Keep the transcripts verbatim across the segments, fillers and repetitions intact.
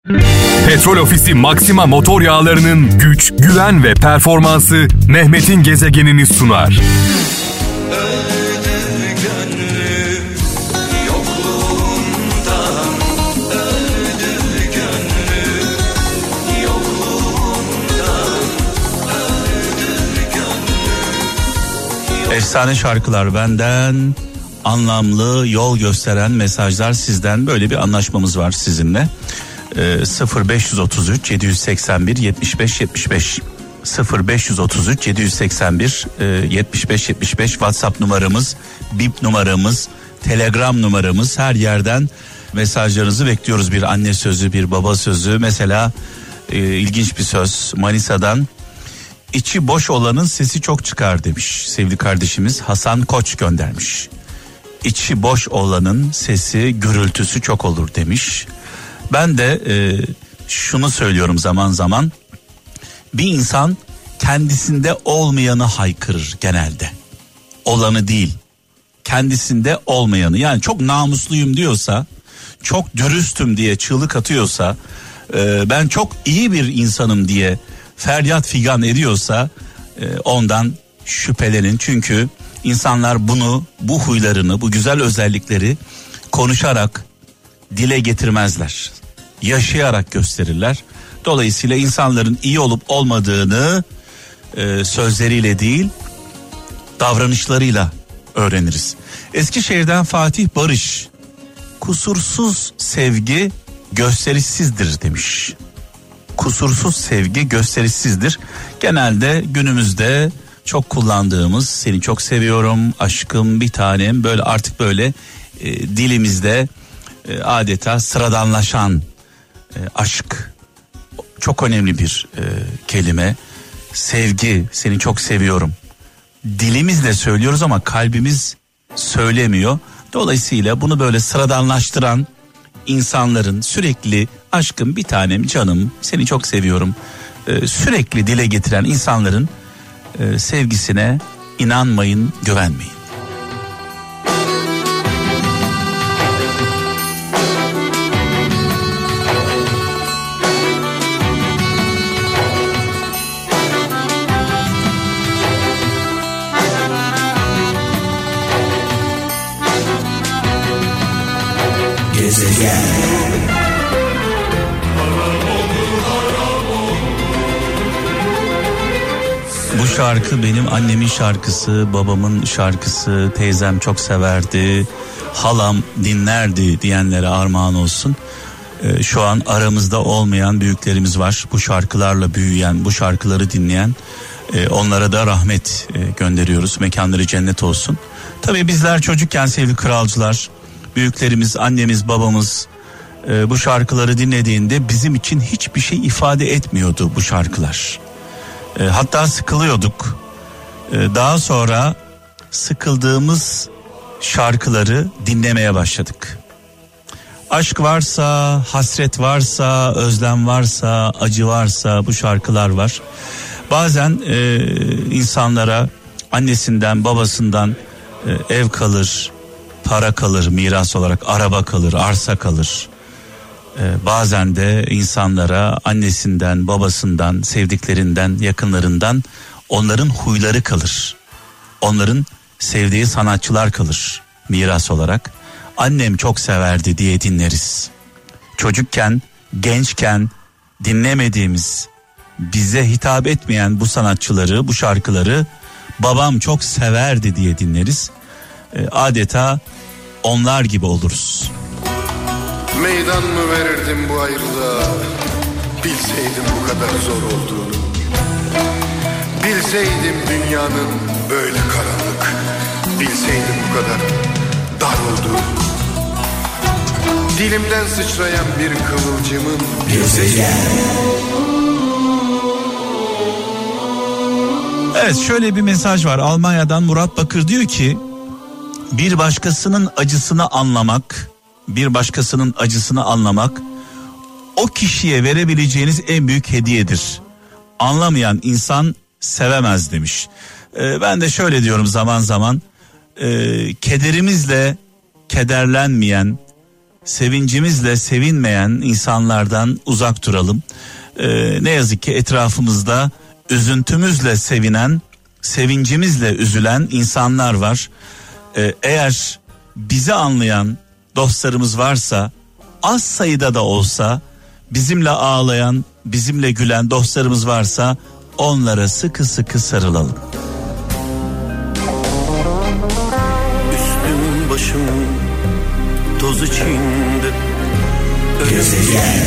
Petrol Ofisi Maxima motor yağlarının güç, güven ve performansı Mehmet'in gezegenini sunar. Efsane şarkılar benden, anlamlı yol gösteren mesajlar sizden. Böyle bir anlaşmamız var sizinle. Ee, sıfır beş otuz üç yedi seksen bir yetmiş beş yetmiş beş sıfır beş otuz üç yedi seksen bir yetmiş beş yetmiş beş WhatsApp numaramız, bip numaramız, Telegram numaramız. Her yerden mesajlarınızı bekliyoruz. Bir anne sözü, bir baba sözü. Mesela e, ilginç bir söz Manisa'dan. İçi boş olanın sesi çok çıkar demiş sevgili kardeşimiz Hasan Koç göndermiş. İçi boş olanın sesi, gürültüsü çok olur demiş. Ben de e, şunu söylüyorum zaman zaman. Bir insan kendisinde olmayanı haykırır genelde. Olanı değil, kendisinde olmayanı. Yani çok namusluyum diyorsa, çok dürüstüm diye çığlık atıyorsa, e, ben çok iyi bir insanım diye feryat figan ediyorsa e, ondan şüphelenin. Çünkü insanlar bunu, bu huylarını, bu güzel özellikleri konuşarak dile getirmezler. Yaşayarak gösterirler. Dolayısıyla insanların iyi olup olmadığını e, sözleriyle değil, davranışlarıyla öğreniriz. Eskişehir'den Fatih Barış, kusursuz sevgi gösterişsizdir demiş. Kusursuz sevgi gösterişsizdir. Genelde günümüzde çok kullandığımız seni çok seviyorum, aşkım, bir tanem, böyle artık böyle e, dilimizde e, adeta sıradanlaşan e, aşk çok önemli bir e, kelime. Sevgi, seni çok seviyorum. Dilimizle söylüyoruz ama kalbimiz söylemiyor. Dolayısıyla bunu böyle sıradanlaştıran insanların sürekli aşkım, bir tanem, canım, seni çok seviyorum e, sürekli dile getiren insanların e, sevgisine inanmayın, güvenmeyin. Gezegen. Bu şarkı benim annemin şarkısı, babamın şarkısı, teyzem çok severdi, halam dinlerdi diyenlere armağan olsun. Ee, şu an aramızda olmayan büyüklerimiz var. Bu şarkılarla büyüyen, bu şarkıları dinleyen, e, onlara da rahmet e, gönderiyoruz. Mekanları cennet olsun. Tabii bizler çocukken sevgili kralcılar, büyüklerimiz, annemiz, babamız e, bu şarkıları dinlediğinde bizim için hiçbir şey ifade etmiyordu bu şarkılar. E, hatta sıkılıyorduk. E, daha sonra sıkıldığımız şarkıları dinlemeye başladık. Aşk varsa, hasret varsa, özlem varsa, acı varsa bu şarkılar var. Bazen e, insanlara annesinden, babasından e, ev kalır, para kalır, miras olarak araba kalır, arsa kalır. Ee, bazen de insanlara annesinden, babasından, sevdiklerinden, yakınlarından onların huyları kalır. Onların sevdiği sanatçılar kalır miras olarak. Annem çok severdi diye dinleriz. Çocukken, gençken dinlemediğimiz, bize hitap etmeyen bu sanatçıları, bu şarkıları babam çok severdi diye dinleriz. Ee, adeta onlar gibi oluruz. Meydan mı verirdim bu ayrılığa, bilseydim bu kadar zor olduğunu. Bilseydim dünyanın böyle karanlık, bilseydim bu kadar dar olduğunu. Dilimden sıçrayan bir kıvılcımın Gezegen. Evet, şöyle bir mesaj var. Almanya'dan Murat Bakır diyor ki, bir başkasının acısını anlamak, bir başkasının acısını anlamak o kişiye verebileceğiniz en büyük hediyedir. Anlamayan insan sevemez demiş. Ee, ben de şöyle diyorum zaman zaman, e, kederimizle kederlenmeyen, sevincimizle sevinmeyen insanlardan uzak duralım. Ee, ne yazık ki etrafımızda üzüntümüzle sevinen, sevincimizle üzülen insanlar var. Ee, eğer bizi anlayan dostlarımız varsa, az sayıda da olsa bizimle ağlayan, bizimle gülen dostlarımız varsa onlara sıkı sıkı sarılalım. Üstüm başım toz içinde, Gezegen.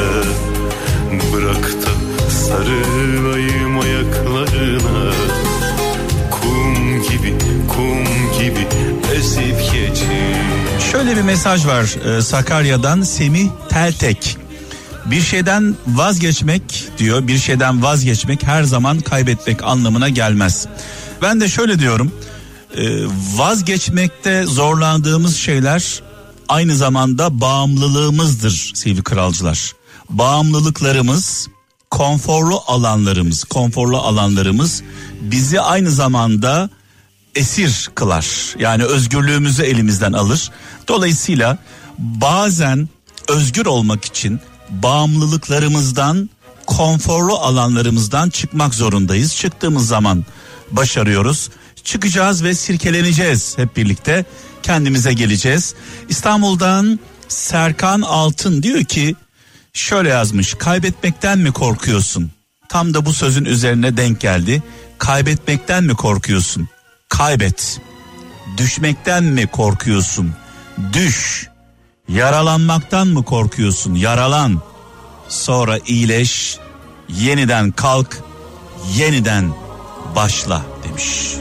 bırak da sarılayım ayaklarına. Kum gibi, kum gibi esip geçir. Şöyle bir mesaj var e, Sakarya'dan Semih Teltek. Bir şeyden vazgeçmek diyor, bir şeyden vazgeçmek her zaman kaybetmek anlamına gelmez. Ben de şöyle diyorum, e, vazgeçmekte zorlandığımız şeyler aynı zamanda bağımlılığımızdır sevgili kralcılar. Bağımlılıklarımız, konforlu alanlarımız, konforlu alanlarımız bizi aynı zamanda esir kılar. Yani özgürlüğümüzü elimizden alır. Dolayısıyla bazen özgür olmak için bağımlılıklarımızdan, konforlu alanlarımızdan çıkmak zorundayız. Çıktığımız zaman başarıyoruz. Çıkacağız ve sirkeleneceğiz hep birlikte. Kendimize geleceğiz. İstanbul'dan Serkan Altın diyor ki, şöyle yazmış: kaybetmekten mi korkuyorsun? Tam da bu sözün üzerine denk geldi. Kaybetmekten mi korkuyorsun? Kaybet. Düşmekten mi korkuyorsun? Düş. Yaralanmaktan mı korkuyorsun? Yaralan. Sonra iyileş. Yeniden kalk. Yeniden başla demiş.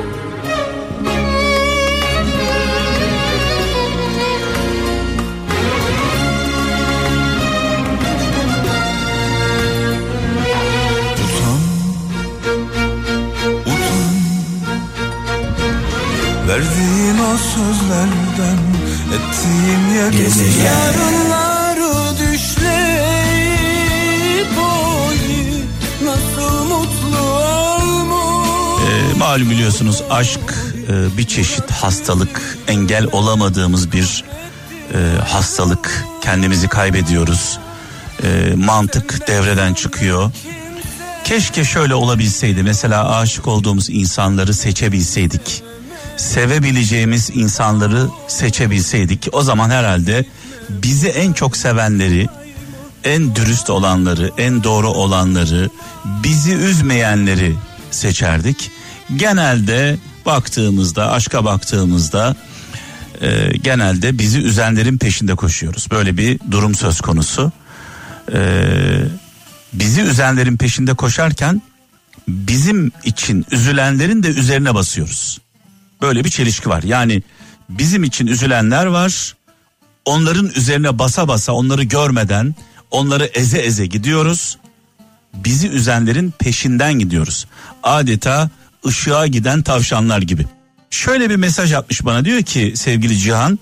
Verdiğin o sözlerden, ettiğin yerin yarınları düşleyip oy nasıl mutlu olmuş. Ee, malum biliyorsunuz aşk e, bir çeşit hastalık, engel olamadığımız bir e, hastalık. Kendimizi kaybediyoruz. E, mantık devreden çıkıyor. Keşke şöyle olabilseydi, mesela aşık olduğumuz insanları seçebilseydik. Sevebileceğimiz insanları seçebilseydik, o zaman herhalde bizi en çok sevenleri, en dürüst olanları, en doğru olanları, bizi üzmeyenleri seçerdik. Genelde baktığımızda, aşka baktığımızda e, genelde bizi üzenlerin peşinde koşuyoruz. Böyle bir durum söz konusu. E, bizi üzenlerin peşinde koşarken bizim için üzülenlerin de üzerine basıyoruz. Böyle bir çelişki var. Yani bizim için üzülenler var. Onların üzerine basa basa, onları görmeden, onları eze eze gidiyoruz. Bizi üzenlerin peşinden gidiyoruz. Adeta ışığa giden tavşanlar gibi. Şöyle bir mesaj atmış bana, diyor ki sevgili Cihan,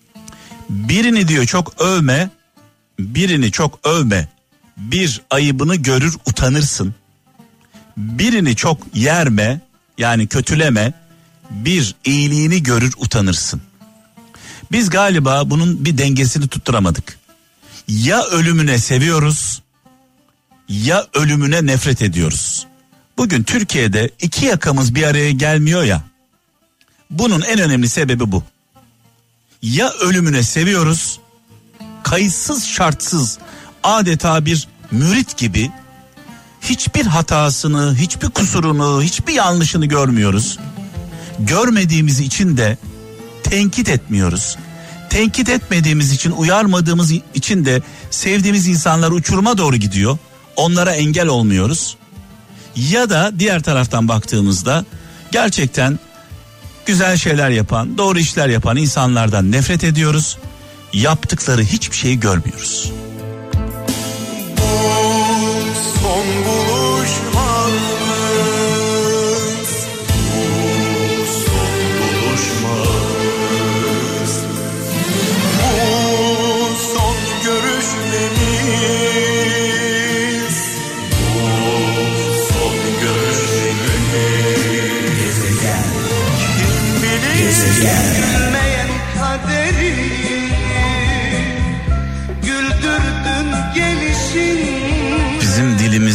birini diyor çok övme, birini çok övme. Bir ayıbını görür utanırsın. Birini çok yerme, yani kötüleme. Bir iyiliğini görür utanırsın. Biz galiba bunun bir dengesini tutturamadık. Ya ölümüne seviyoruz, ya ölümüne nefret ediyoruz. Bugün Türkiye'de iki yakamız bir araya gelmiyor ya. Bunun en önemli sebebi bu. Ya ölümüne seviyoruz, kayıtsız şartsız, adeta bir mürit gibi hiçbir hatasını, hiçbir kusurunu, hiçbir yanlışını görmüyoruz. Görmediğimiz için de tenkit etmiyoruz. Tenkit etmediğimiz için, uyarmadığımız için de sevdiğimiz insanlar uçuruma doğru gidiyor. Onlara engel olmuyoruz. Ya da diğer taraftan baktığımızda gerçekten güzel şeyler yapan, doğru işler yapan insanlardan nefret ediyoruz. Yaptıkları hiçbir şeyi görmüyoruz. Son buluşmamız, bu son buluşmamız, bu son görüşmemiz, bu son görüşmemiz. Gezegen. Kim bilir Gezegen. bilmeyen kaderi,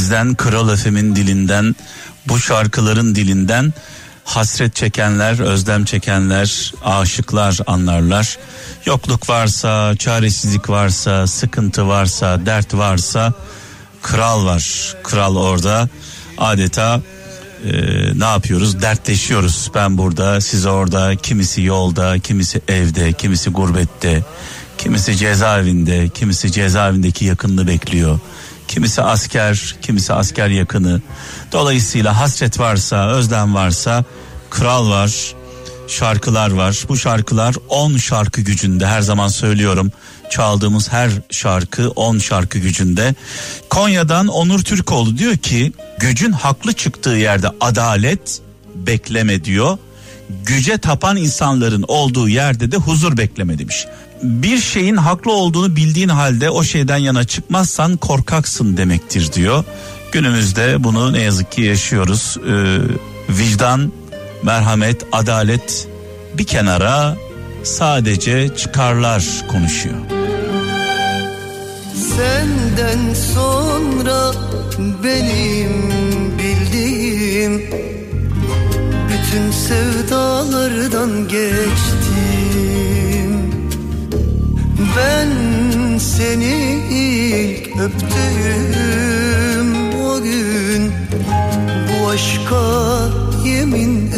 bizden, Kral F M'in dilinden, bu şarkıların dilinden hasret çekenler, özlem çekenler, aşıklar anlarlar. Yokluk varsa, çaresizlik varsa, sıkıntı varsa, dert varsa kral var. Kral orada adeta e, ne yapıyoruz? Dertleşiyoruz. Ben burada, siz orada, kimisi yolda, kimisi evde, kimisi gurbette, kimisi cezaevinde, kimisi cezaevindeki yakınını bekliyor. Kimisi asker, kimisi asker yakını. Dolayısıyla hasret varsa, özlem varsa kral var, şarkılar var. Bu şarkılar on şarkı gücünde, her zaman söylüyorum. Çaldığımız her şarkı on şarkı gücünde. Konya'dan Onur Türkoğlu diyor ki, gücün haklı çıktığı yerde adalet bekleme diyor. Güce tapan insanların olduğu yerde de huzur bekleme demiş. Bir şeyin haklı olduğunu bildiğin halde o şeyden yana çıkmazsan korkaksın demektir diyor. Günümüzde bunu ne yazık ki yaşıyoruz. Ee, vicdan, merhamet, adalet bir kenara, sadece çıkarlar konuşuyor. Senden sonra benim bildiğim bütün sevdalardan geçtim. Ben seni ilk öptüm o gün, bu aşka yemin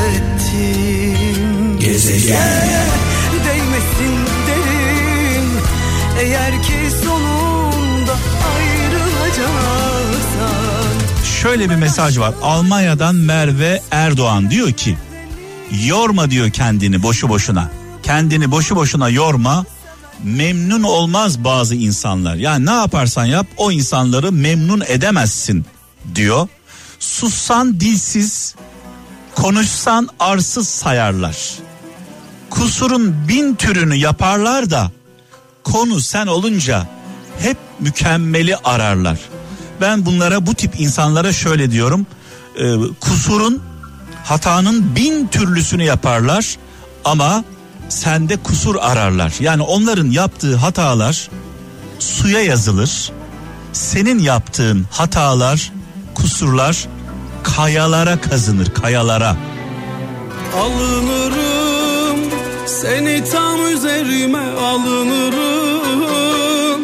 ettim. Gezegen Değmesin derim, eğer ki sonunda ayrılacaksan. Şöyle bir mesaj var. Almanya'dan Merve Erdoğan diyor ki, yorma diyor kendini boşu boşuna. Kendini boşu boşuna yorma. Memnun olmaz bazı insanlar. Yani ne yaparsan yap o insanları memnun edemezsin diyor. Sussan dilsiz, konuşsan arsız sayarlar. Kusurun bin türünü yaparlar da konu sen olunca hep mükemmeli ararlar. Ben bunlara, bu tip insanlara şöyle diyorum. E, kusurun, hatanın bin türlüsünü yaparlar ama sende kusur ararlar. Yani onların yaptığı hatalar suya yazılır. Senin yaptığın hatalar, kusurlar kayalara kazınır, kayalara. Alınırım, seni tam üzerime alınırım.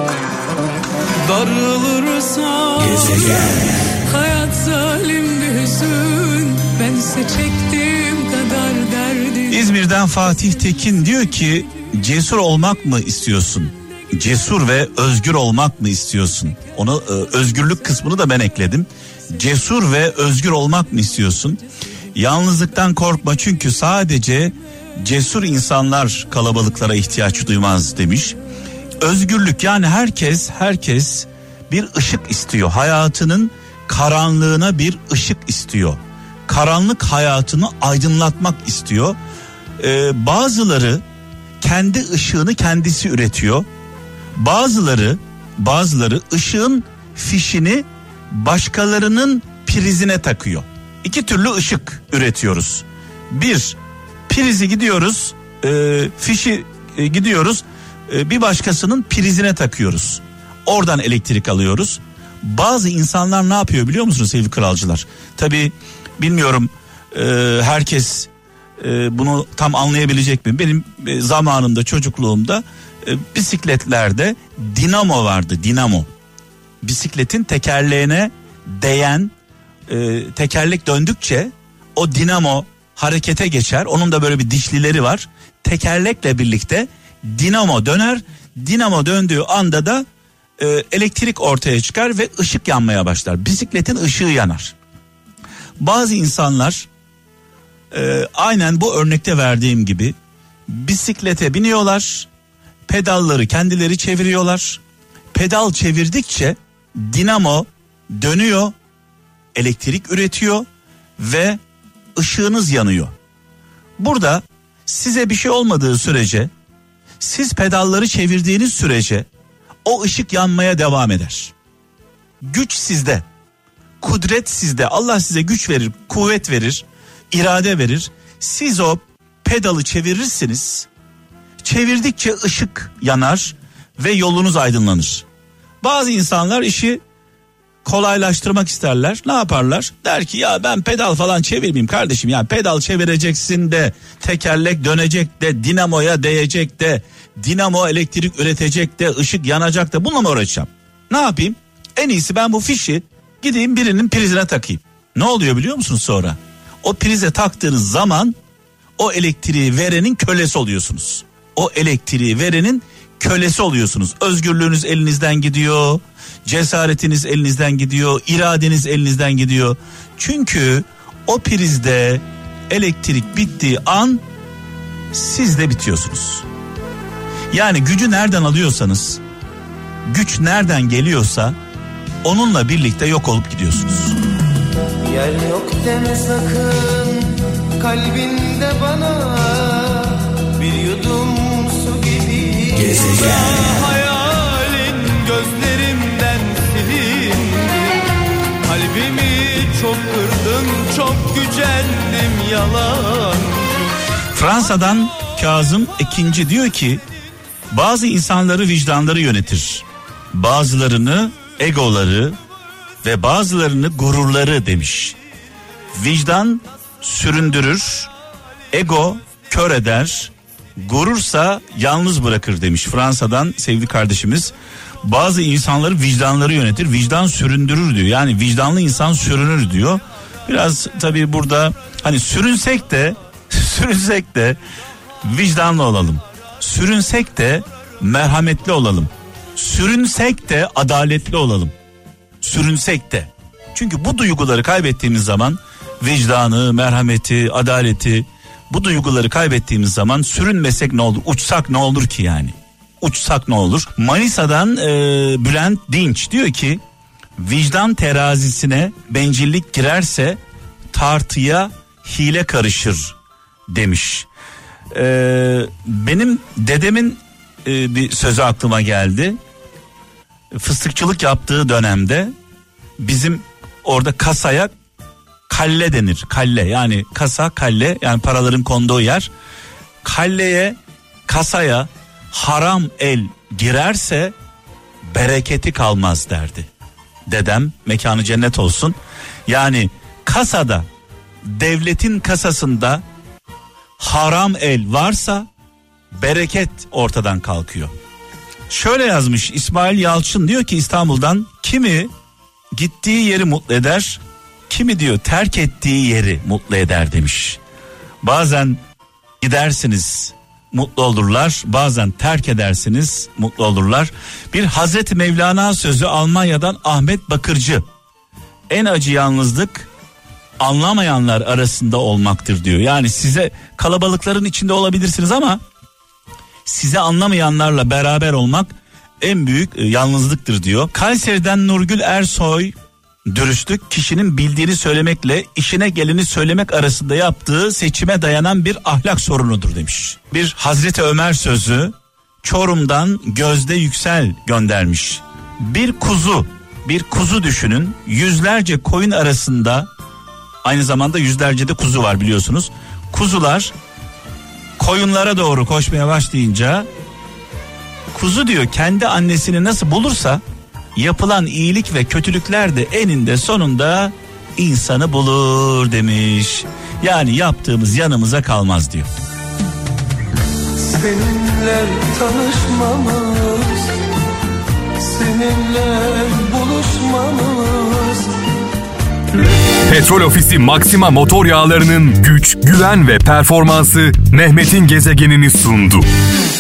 Darılırsam Gezegen hayat zalim bir hüzün, bense çektiğim kadar derdim. İzmir'den Fatih Tekin diyor ki, cesur olmak mı istiyorsun? Cesur ve özgür olmak mı istiyorsun? Onu, özgürlük kısmını da ben ekledim. Cesur ve özgür olmak mı istiyorsun? Yalnızlıktan korkma, çünkü sadece cesur insanlar kalabalıklara ihtiyaç duymaz demiş. Özgürlük, yani herkes herkes bir ışık istiyor. Hayatının karanlığına bir ışık istiyor. Karanlık hayatını aydınlatmak istiyor. Ee, bazıları kendi ışığını kendisi üretiyor. Bazıları bazıları ışığın fişini başkalarının prizine takıyor. İki türlü ışık üretiyoruz. Bir, prizi gidiyoruz, e, fişi e, gidiyoruz, e, bir başkasının prizine takıyoruz. Oradan elektrik alıyoruz. Bazı insanlar ne yapıyor biliyor musunuz sevgili kralcılar? Tabii bilmiyorum e, herkes e, bunu tam anlayabilecek mi? Benim e, zamanında, çocukluğumda e, bisikletlerde dinamo vardı, dinamo. Bisikletin tekerleğine değen, e, tekerlek döndükçe o dinamo harekete geçer. Onun da böyle bir dişlileri var. Tekerlekle birlikte dinamo döner. Dinamo döndüğü anda da e, elektrik ortaya çıkar ve ışık yanmaya başlar. Bisikletin ışığı yanar. Bazı insanlar e, aynen bu örnekte verdiğim gibi bisiklete biniyorlar. Pedalları kendileri çeviriyorlar. Pedal çevirdikçe dinamo dönüyor, elektrik üretiyor ve ışığınız yanıyor. Burada size bir şey olmadığı sürece, siz pedalları çevirdiğiniz sürece o ışık yanmaya devam eder. Güç sizde, kudret sizde. Allah size güç verir, kuvvet verir, irade verir. Siz o pedalı çevirirsiniz. Çevirdikçe ışık yanar ve yolunuz aydınlanır. Bazı insanlar işi kolaylaştırmak isterler. Ne yaparlar? Der ki ya ben pedal falan çevirmeyeyim kardeşim. Ya pedal çevireceksin de, tekerlek dönecek de, dinamoya değecek de, dinamo elektrik üretecek de, ışık yanacak da, bununla mı uğraşacağım? Ne yapayım? En iyisi ben bu fişi gideyim birinin prizine takayım. Ne oluyor biliyor musunuz sonra? O prize taktığınız zaman o elektriği verenin kölesi oluyorsunuz. O elektriği verenin kölesi oluyorsunuz. Özgürlüğünüz elinizden gidiyor. Cesaretiniz elinizden gidiyor. İradeniz elinizden gidiyor. Çünkü o prizde elektrik bittiği an siz de bitiyorsunuz. Yani gücü nereden alıyorsanız, güç nereden geliyorsa onunla birlikte yok olup gidiyorsunuz. Yer yok deme sakın kalbinde bana, bir yudum su gibi. Gezegen. Hayalin gözlerimden silindi, kalbimi çok kırdın, çok gücendim yalan. Fransa'dan Kazım Ekinci diyor ki bazı insanları vicdanları yönetir, bazılarını egoları ve bazılarını gururları demiş. Vicdan süründürür, ego kör eder, gurursa yalnız bırakır demiş Fransa'dan sevgili kardeşimiz. Bazı insanları vicdanları yönetir, vicdan süründürür diyor. Yani vicdanlı insan sürünür diyor. Biraz tabii burada hani sürünsek de sürünsek de vicdanlı olalım. Sürünsek de merhametli olalım. Sürünsek de adaletli olalım. Sürünsek de. Çünkü bu duyguları kaybettiğimiz zaman, vicdanı, merhameti, adaleti, bu duyguları kaybettiğimiz zaman sürünmesek ne olur? Uçsak ne olur ki yani? Uçsak ne olur? Manisa'dan e, Bülent Dinç diyor ki vicdan terazisine bencillik girerse tartıya hile karışır demiş. E, benim dedemin e, bir sözü aklıma geldi. Fıstıkçılık yaptığı dönemde bizim orada kasaya kalle denir. Kalle yani kasa, kalle yani paraların konduğu yer. Kalleye, kasaya haram el girerse bereketi kalmaz derdi. Dedem mekanı cennet olsun. Yani kasada, devletin kasasında haram el varsa bereket ortadan kalkıyor. Şöyle yazmış İsmail Yalçın, diyor ki İstanbul'dan, kimi gittiği yeri mutlu eder, kimi diyor terk ettiği yeri mutlu eder demiş. Bazen gidersiniz mutlu olurlar, bazen terk edersiniz mutlu olurlar. Bir Hazreti Mevlana sözü Almanya'dan Ahmet Bakırcı. En acı yalnızlık anlamayanlar arasında olmaktır diyor. Yani size kalabalıkların içinde olabilirsiniz ama size anlamayanlarla beraber olmak en büyük yalnızlıktır diyor. Kayseri'den Nurgül Ersoy, dürüstlük kişinin bildiğini söylemekle işine geleni söylemek arasında yaptığı seçime dayanan bir ahlak sorunudur demiş. Bir Hazreti Ömer sözü Çorum'dan Gözde Yüksel göndermiş. Bir kuzu, bir kuzu düşünün, yüzlerce koyun arasında, aynı zamanda yüzlerce de kuzu var biliyorsunuz. Kuzular koyunlara doğru koşmaya başlayınca kuzu diyor kendi annesini nasıl bulursa yapılan iyilik ve kötülükler de eninde sonunda insanı bulur demiş. Yani yaptığımız yanımıza kalmaz diyor. Seninle tanışmamız, seninle buluşmamız. Petrol Ofisi Maxima motor yağlarının güç, güven ve performansı Mehmet'in gezegenini sundu.